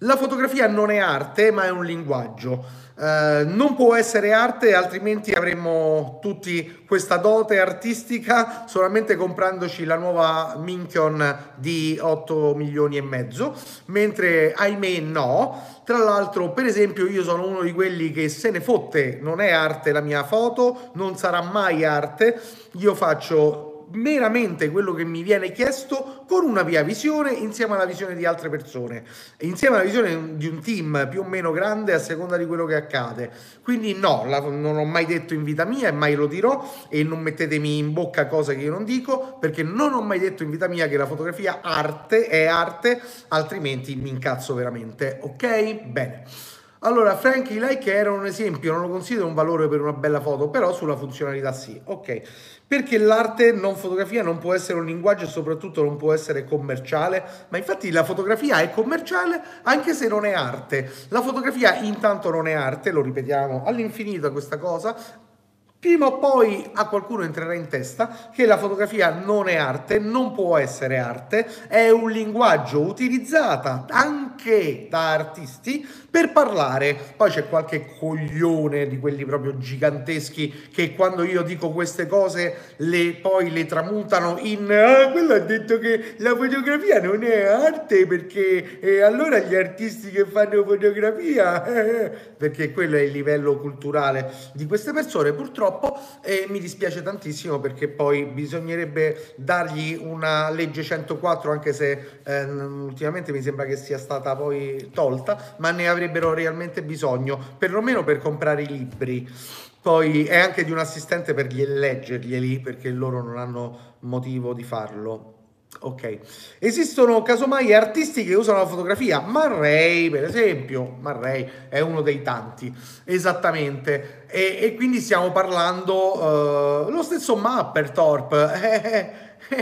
S1: La fotografia non è arte, ma è un linguaggio. Non può essere arte, altrimenti avremmo tutti questa dote artistica solamente comprandoci la nuova Minchion di 8 milioni e mezzo, mentre ahimè no. Tra l'altro, per esempio, io sono uno di quelli che se ne fotte, non è arte la mia foto, non sarà mai arte. Io faccio meramente quello che mi viene chiesto con una mia visione insieme alla visione di altre persone, insieme alla visione di un team più o meno grande a seconda di quello che accade. Quindi no, non ho mai detto in vita mia e mai lo dirò, e non mettetemi in bocca cose che io non dico, perché non ho mai detto in vita mia che la fotografia arte è arte, altrimenti mi incazzo veramente. Ok? Bene. Allora, Frank, i like erano un esempio, non lo considero un valore per una bella foto, però sulla funzionalità sì. Ok, perché l'arte non fotografia non può essere un linguaggio e soprattutto non può essere commerciale, ma infatti la fotografia è commerciale anche se non è arte. La fotografia intanto non è arte, lo ripetiamo all'infinito questa cosa. Prima o poi a qualcuno entrerà in testa che la fotografia non è arte, non può essere arte, è un linguaggio utilizzato anche da artisti per parlare. Poi c'è qualche coglione di quelli proprio giganteschi che quando io dico queste cose poi le tramutano in quello ha detto che la fotografia non è arte perché allora gli artisti che fanno fotografia perché quello è il livello culturale di queste persone purtroppo, e mi dispiace tantissimo perché poi bisognerebbe dargli una legge 104, anche se ultimamente mi sembra che sia stata poi tolta, ma ne avrebbero realmente bisogno, perlomeno per comprare i libri. Poi è anche di un assistente per leggerglieli perché loro non hanno motivo di farlo. Ok, esistono casomai artisti che usano la fotografia. Marray, per esempio, Marray è uno dei tanti, esattamente. E quindi stiamo parlando lo stesso Mapperthorpe.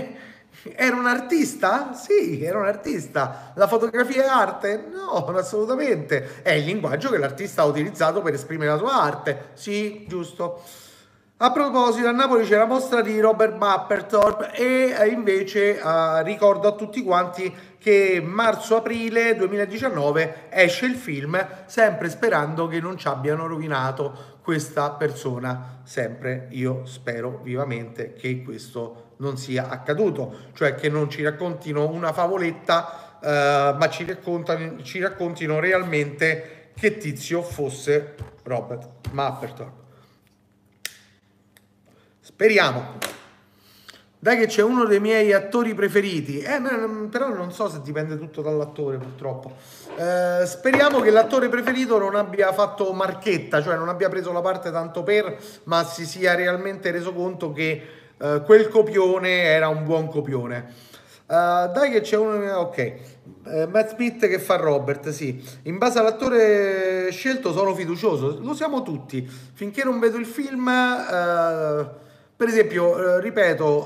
S1: Era un artista? Sì, era un artista. La fotografia è arte? No, assolutamente. È il linguaggio che l'artista ha utilizzato per esprimere la sua arte. Sì, giusto. A proposito, a Napoli c'è la mostra di Robert Mapplethorpe e invece ricordo a tutti quanti che marzo-aprile 2019 esce il film, sempre sperando che non ci abbiano rovinato questa persona. Sempre io spero vivamente che questo non sia accaduto, cioè che non ci raccontino una favoletta, ma ci raccontino realmente che Tizio fosse Robert Mapplethorpe. Speriamo. Dai che c'è uno dei miei attori preferiti. Però non so se dipende tutto dall'attore, purtroppo. Speriamo che l'attore preferito non abbia fatto marchetta, cioè non abbia preso la parte tanto per, ma si sia realmente reso conto che quel copione era un buon copione. Dai che c'è uno... Ok. Matt Smith che fa Robert, sì. In base all'attore scelto sono fiducioso. Lo siamo tutti. Finché non vedo il film... per esempio, ripeto,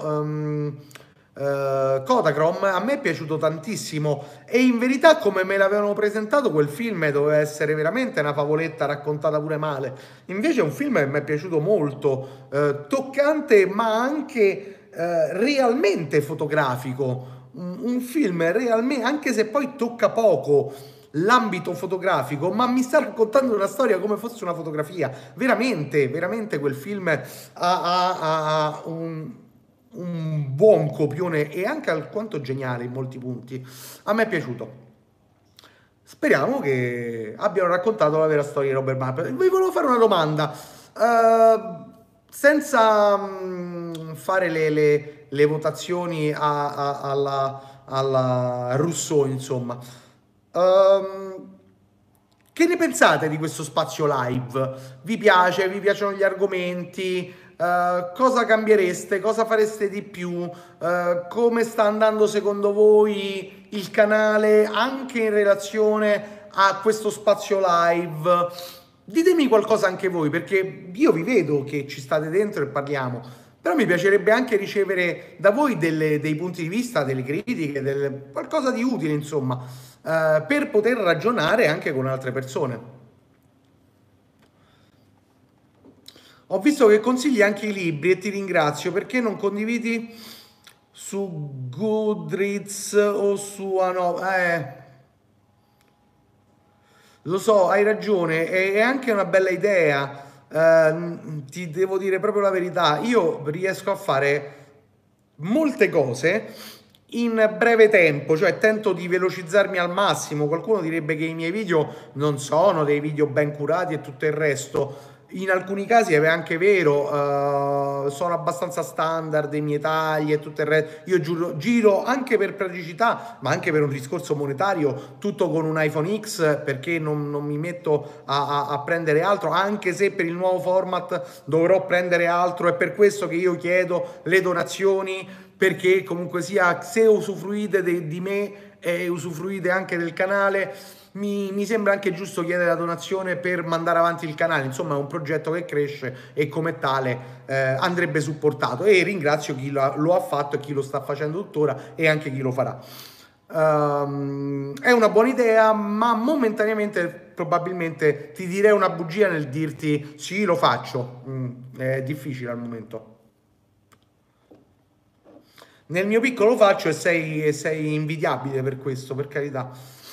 S1: Kodachrome a me è piaciuto tantissimo e in verità come me l'avevano presentato quel film doveva essere veramente una favoletta raccontata pure male. Invece è un film che mi è piaciuto molto, toccante ma anche realmente fotografico. Un film realmente, anche se poi tocca poco l'ambito fotografico, ma mi sta raccontando una storia come fosse una fotografia. Veramente, veramente quel film ha un buon copione e anche alquanto geniale in molti punti. A me è piaciuto. Speriamo che abbiano raccontato la vera storia di Robert Mapplethorpe. Vi volevo fare una domanda. Senza fare le votazioni alla Rousseau, insomma. Che ne pensate di questo spazio live? Vi piace? Vi piacciono gli argomenti? Cosa cambiereste? Cosa fareste di più? Come sta andando secondo voi il canale anche in relazione a questo spazio live? Ditemi qualcosa anche voi, perché io vi vedo che ci state dentro e parliamo, però mi piacerebbe anche ricevere da voi dei punti di vista, delle critiche, qualcosa di utile, insomma, per poter ragionare anche con altre persone. Ho visto che consigli anche i libri e ti ringrazio perché non condividi su Goodreads o su Lo so, hai ragione, è anche una bella idea. Ti devo dire proprio la verità. Io riesco a fare molte cose in breve tempo, cioè tento di velocizzarmi al massimo. Qualcuno direbbe che i miei video non sono dei video ben curati e tutto il resto. In alcuni casi è anche vero, sono abbastanza standard i miei tagli e tutto il resto. Io giro anche per praticità, ma anche per un discorso monetario, tutto con un iPhone X perché non mi metto a prendere altro, anche se per il nuovo format dovrò prendere altro. È per questo che io chiedo le donazioni, perché comunque sia, se usufruite di me e usufruite anche del canale, mi sembra anche giusto chiedere la donazione per mandare avanti il canale. Insomma, è un progetto che cresce e come tale andrebbe supportato, e ringrazio chi lo ha fatto e chi lo sta facendo tuttora e anche chi lo farà. È una buona idea, ma momentaneamente probabilmente ti direi una bugia nel dirti sì, lo faccio. È difficile al momento. Nel mio piccolo lo faccio e sei invidiabile per questo, per carità.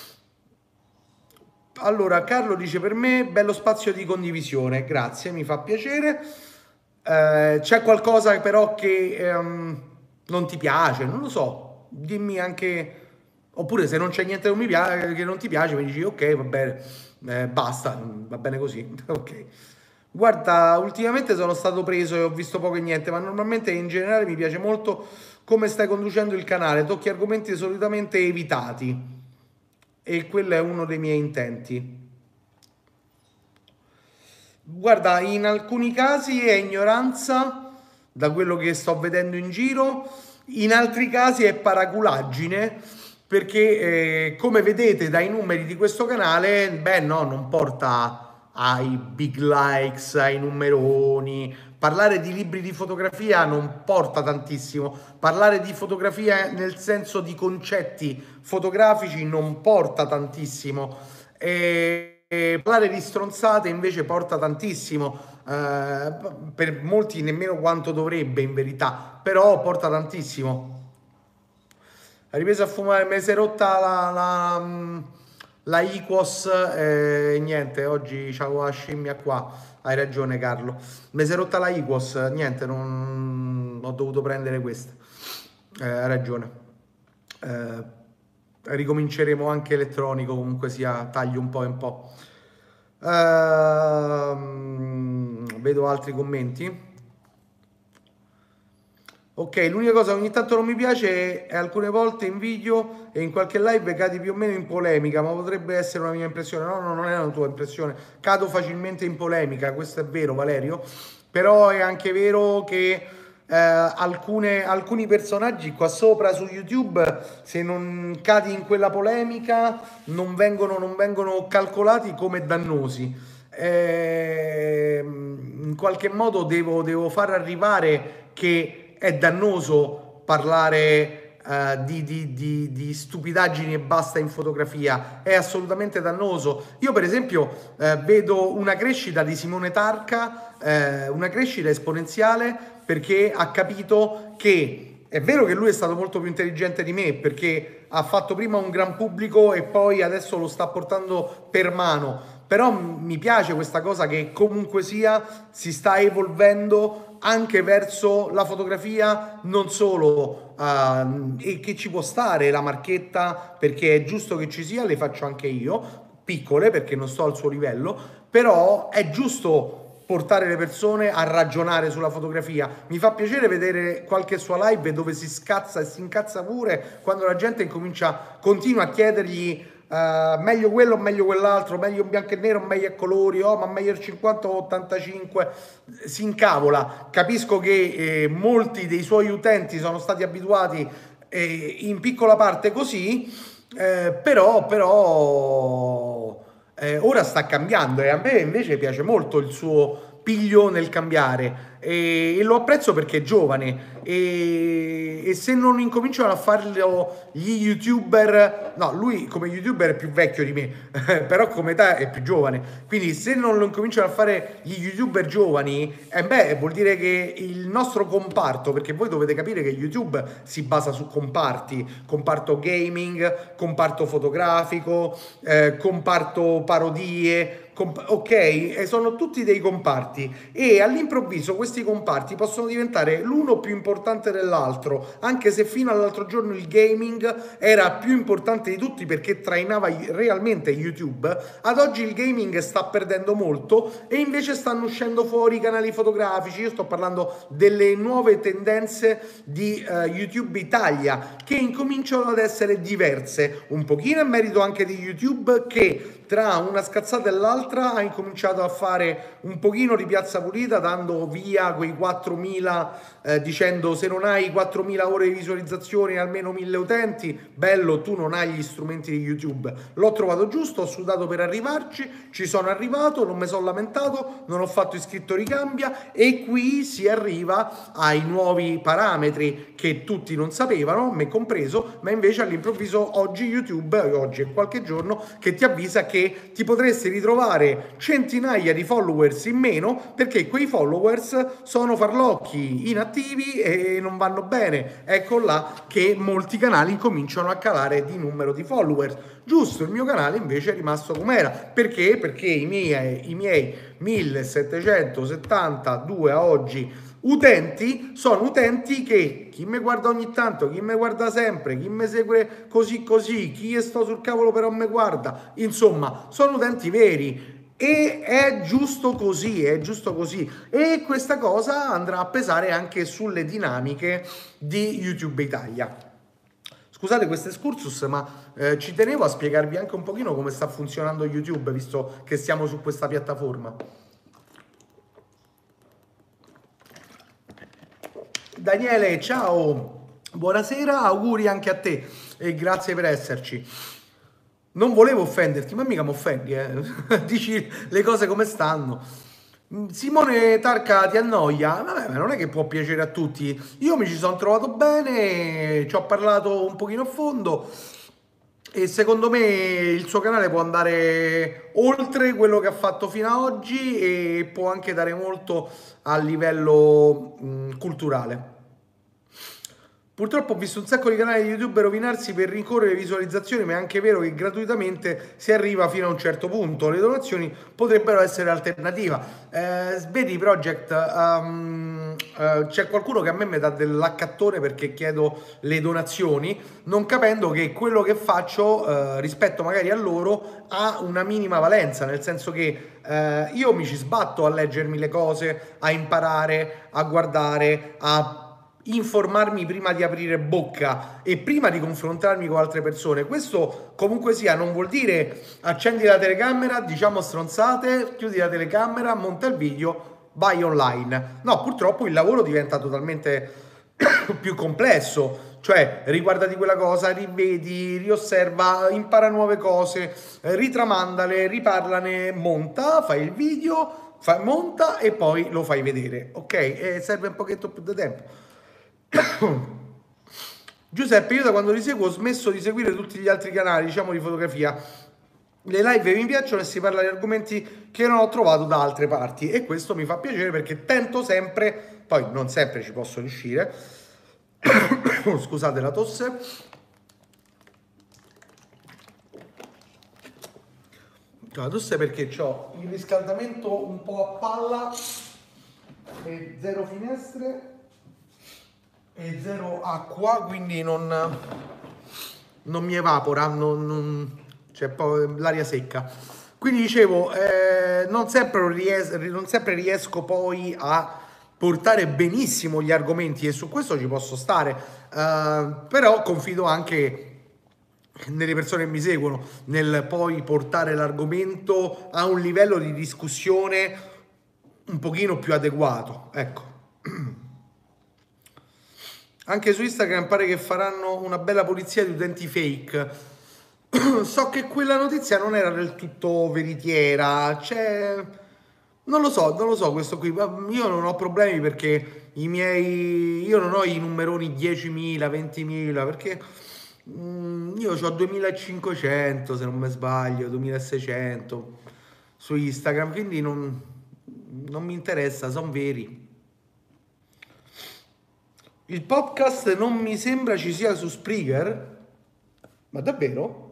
S1: Allora, Carlo dice per me bello spazio di condivisione, grazie, mi fa piacere. C'è qualcosa però che non ti piace, non lo so, dimmi anche, oppure se non c'è niente che non mi piace, che non ti piace, mi dici ok, va bene, basta, va bene così, ok. Guarda, ultimamente sono stato preso e ho visto poco e niente, ma normalmente in generale mi piace molto come stai conducendo il canale, tocchi argomenti solitamente evitati e quello è uno dei miei intenti. Guarda, in alcuni casi è ignoranza da quello che sto vedendo in giro, in altri casi è paraculaggine, perché come vedete dai numeri di questo canale, beh no, non porta ai big likes, ai numeroni. Parlare di libri di fotografia non porta tantissimo. Parlare di fotografia nel senso di concetti fotografici non porta tantissimo. E parlare di stronzate invece porta tantissimo, per molti nemmeno quanto dovrebbe in verità, però porta tantissimo. Ha ripreso a fumare, mi si è rotta la Iquos e niente, oggi c'avevo la scimmia qua, hai ragione Carlo, mi si è rotta la Iquos, niente, non ho dovuto prendere questa, hai ragione. Ricominceremo anche elettronico, comunque sia, taglio un po' e un po'. Vedo altri commenti. Ok, l'unica cosa che ogni tanto non mi piace è alcune volte in video e in qualche live cadi più o meno in polemica, ma potrebbe essere una mia impressione. No, no, non è una tua impressione. Cado facilmente in polemica, questo è vero, Valerio. Però è anche vero che alcuni personaggi qua sopra su YouTube, se non cadi in quella polemica, non vengono calcolati come dannosi. In qualche modo devo far arrivare che è dannoso parlare di stupidaggini e basta in fotografia, è assolutamente dannoso. Io per esempio vedo una crescita di Simone Tarca, una crescita esponenziale, perché ha capito che è vero che lui è stato molto più intelligente di me, perché ha fatto prima un gran pubblico e poi adesso lo sta portando per mano. Però mi piace questa cosa che comunque sia si sta evolvendo anche verso la fotografia, non solo, e che ci può stare la marchetta, perché è giusto che ci sia, le faccio anche io, piccole perché non sto al suo livello, però è giusto portare le persone a ragionare sulla fotografia. Mi fa piacere vedere qualche sua live dove si scazza e si incazza pure quando la gente continua a chiedergli meglio quello o meglio quell'altro, meglio in bianco e nero o meglio a colori, oh ma meglio il 50 o 85, si incavola. Capisco che molti dei suoi utenti sono stati abituati in piccola parte così, però ora sta cambiando e a me invece piace molto il suo piglio nel cambiare e lo apprezzo perché è giovane e se non incominciano a farlo gli youtuber, no, lui come youtuber è più vecchio di me, però come età è più giovane, quindi se non lo incominciano a fare gli youtuber giovani, beh, vuol dire che il nostro comparto, perché voi dovete capire che YouTube si basa su comparti, comparto gaming, comparto fotografico, comparto parodie, ok? E sono tutti dei comparti e all'improvviso questi comparti possono diventare l'uno più importante dell'altro, anche se fino all'altro giorno il gaming era più importante di tutti perché trainava realmente YouTube. Ad oggi il gaming sta perdendo molto e invece stanno uscendo fuori i canali fotografici. Io sto parlando delle nuove tendenze di YouTube Italia che incominciano ad essere diverse, un pochino è merito anche di YouTube che tra una scazzata e l'altra ha incominciato a fare un pochino di piazza pulita dando via quei 4.000 dicendo se non hai 4.000 ore di visualizzazione e almeno 1.000 utenti, bello, tu non hai gli strumenti di YouTube. L'ho trovato giusto, ho sudato per arrivarci, ci sono arrivato, non mi sono lamentato, non ho fatto iscritto ricambia e qui si arriva ai nuovi parametri che tutti non sapevano, me compreso, ma invece all'improvviso oggi YouTube, oggi è qualche giorno, che ti avvisa che ti potresti ritrovare centinaia di followers in meno perché quei followers sono farlocchi inattivi e non vanno bene. Ecco là che molti canali cominciano a calare di numero di followers. Giusto, il mio canale invece è rimasto com'era. Perché? Perché i miei 1772 a oggi utenti sono utenti che chi mi guarda ogni tanto, chi mi guarda sempre, chi mi segue così così, chi sto sul cavolo però mi guarda, insomma sono utenti veri e è giusto così, è giusto così e questa cosa andrà a pesare anche sulle dinamiche di YouTube Italia. Scusate questo excursus, ma ci tenevo a spiegarvi anche un pochino come sta funzionando YouTube, visto che siamo su questa piattaforma. Daniele, ciao, buonasera, auguri anche a te e grazie per esserci. Non volevo offenderti, ma mica mi offendi, Dici le cose come stanno. Simone Tarca ti annoia? Vabbè, ma non è che può piacere a tutti. Io mi ci sono trovato bene, ci ho parlato un pochino a fondo e secondo me il suo canale può andare oltre quello che ha fatto fino ad oggi e può anche dare molto a livello culturale. Purtroppo ho visto un sacco di canali di YouTube rovinarsi per rincorrere visualizzazioni, ma è anche vero che gratuitamente si arriva fino a un certo punto. Le donazioni potrebbero essere alternativa. Vedi, Project, c'è qualcuno che a me mi dà dell'accattone perché chiedo le donazioni, non capendo che quello che faccio rispetto magari a loro ha una minima valenza, nel senso che io mi ci sbatto a leggermi le cose, a imparare, a guardare, a informarmi prima di aprire bocca e prima di confrontarmi con altre persone. Questo comunque sia non vuol dire accendi la telecamera, diciamo stronzate, chiudi la telecamera, monta il video, vai online. No, purtroppo il lavoro diventa totalmente più complesso, cioè riguardati quella cosa, rivedi, riosserva, impara nuove cose, ritramandale, riparlane, monta, fai il video, monta e poi lo fai vedere, ok? E serve un pochetto più di tempo. Giuseppe, io da quando ti seguo ho smesso di seguire tutti gli altri canali, diciamo di fotografia. Le live mi piacciono e si parla di argomenti che non ho trovato da altre parti e questo mi fa piacere perché tento sempre, poi non sempre ci posso riuscire. Scusate la tosse. La tosse perché ho il riscaldamento un po' a palla e zero finestre e zero acqua, quindi non mi evapora, c'è l'aria secca. Quindi dicevo, non sempre riesco poi a portare benissimo gli argomenti e su questo ci posso stare, però confido anche nelle persone che mi seguono nel poi portare l'argomento a un livello di discussione un pochino più adeguato, ecco. Anche su Instagram pare che faranno una bella pulizia di utenti fake. So che quella notizia non era del tutto veritiera, Non lo so questo qui, ma io non ho problemi perché io non ho i numeroni 10.000, 20.000, perché io ho 2.500 se non mi sbaglio, 2.600 su Instagram, quindi non mi interessa, sono veri. Il podcast non mi sembra ci sia su Spreaker, ma davvero?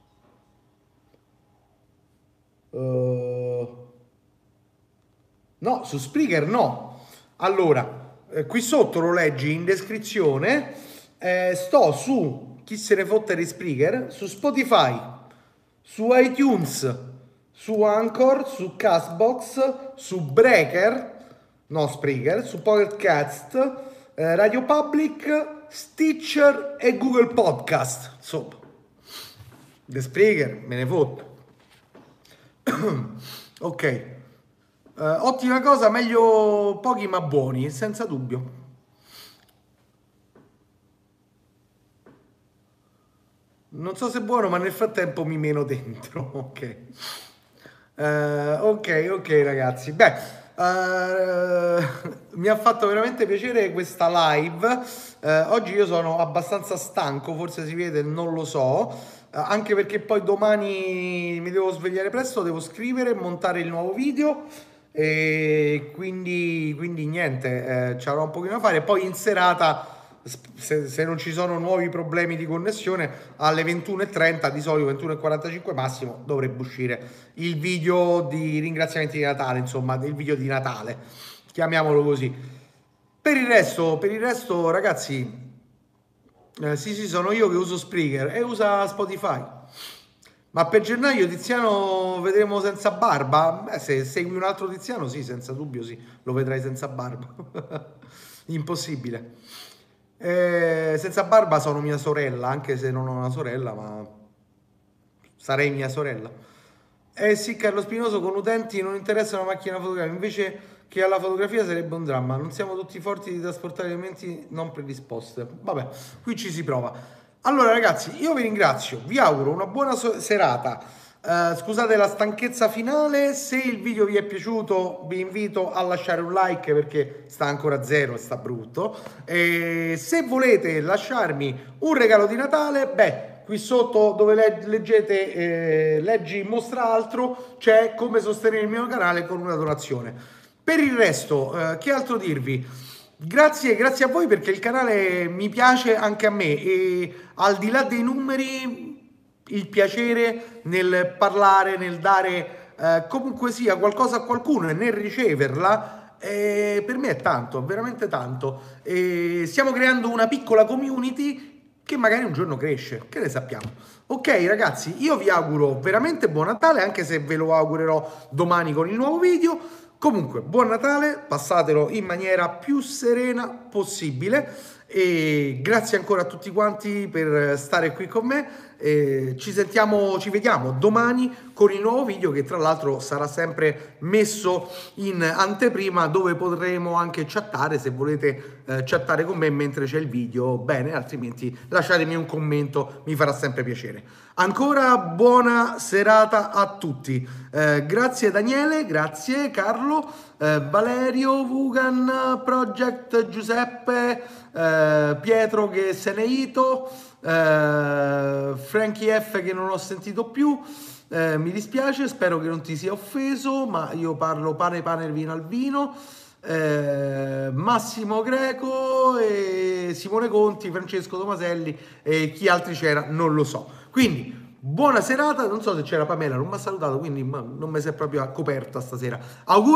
S1: Uh, no, su Spreaker no. Allora, qui sotto lo leggi in descrizione. Sto su chi se ne fotte di Spreaker, su Spotify, su iTunes, su Anchor, su Castbox, su Breaker, no Spreaker, su Pocket Cast, Radio Public, Stitcher e Google Podcast. Insomma, The Spreaker me ne fotto. Ok. Ottima cosa, meglio pochi ma buoni, senza dubbio. Non so se è buono, ma nel frattempo mi meno dentro. Ok. Ok, ragazzi. Beh, mi ha fatto veramente piacere questa live. Oggi io sono abbastanza stanco, forse si vede, non lo so. Anche perché poi domani mi devo svegliare presto, devo scrivere e montare il nuovo video. E quindi niente, ci avrò un pochino da fare. Poi in serata, se non ci sono nuovi problemi di connessione, alle 21:30, di solito 21:45 massimo, dovrebbe uscire il video di ringraziamenti di Natale, insomma, il video di Natale, chiamiamolo così. Per il resto, ragazzi, sì, sono io che uso Spreaker e usa Spotify. Ma per gennaio Tiziano vedremo senza barba? Beh, se segui un altro Tiziano, sì, senza dubbio sì, lo vedrai senza barba. Impossibile. Senza barba sono mia sorella, anche se non ho una sorella, ma sarei mia sorella. Eh sì, Carlo Spinoso, con utenti non interessa una macchina fotografica, invece che alla fotografia sarebbe un dramma. Non siamo tutti forti di trasportare elementi non predisposte. Vabbè, qui ci si prova. Allora ragazzi, io vi ringrazio, vi auguro una buona serata. Scusate la stanchezza finale, se il video vi è piaciuto vi invito a lasciare un like perché sta ancora a zero e sta brutto. E se volete lasciarmi un regalo di Natale, beh, qui sotto dove leggete leggi mostra altro, c'è come sostenere il mio canale con una donazione. Per il resto, che altro dirvi? Grazie a voi perché il canale mi piace anche a me e al di là dei numeri il piacere nel parlare, nel dare comunque sia qualcosa a qualcuno e nel riceverla, per me è tanto, veramente tanto. Stiamo creando una piccola community che magari un giorno cresce, che ne sappiamo. Ok ragazzi, io vi auguro veramente buon Natale, anche se ve lo augurerò domani con il nuovo video. Comunque, buon Natale, passatelo in maniera più serena possibile e grazie ancora a tutti quanti per stare qui con me. Ci vediamo domani con il nuovo video che tra l'altro sarà sempre messo in anteprima dove potremo anche chattare se volete chattare con me mentre c'è il video, bene, altrimenti lasciatemi un commento, mi farà sempre piacere. Ancora buona serata a tutti. Grazie Daniele, grazie Carlo, Valerio, Vugan, Project, Giuseppe, Pietro che se n'è ito, Frankie F che non ho sentito più. Mi dispiace, spero che non ti sia offeso, ma io parlo pane, vino al vino. Massimo Greco, Simone Conti, Francesco Tomaselli e chi altri c'era non lo so. Quindi buona serata, non so se c'era Pamela, non mi ha salutato, quindi non mi si è proprio coperta stasera. Auguri.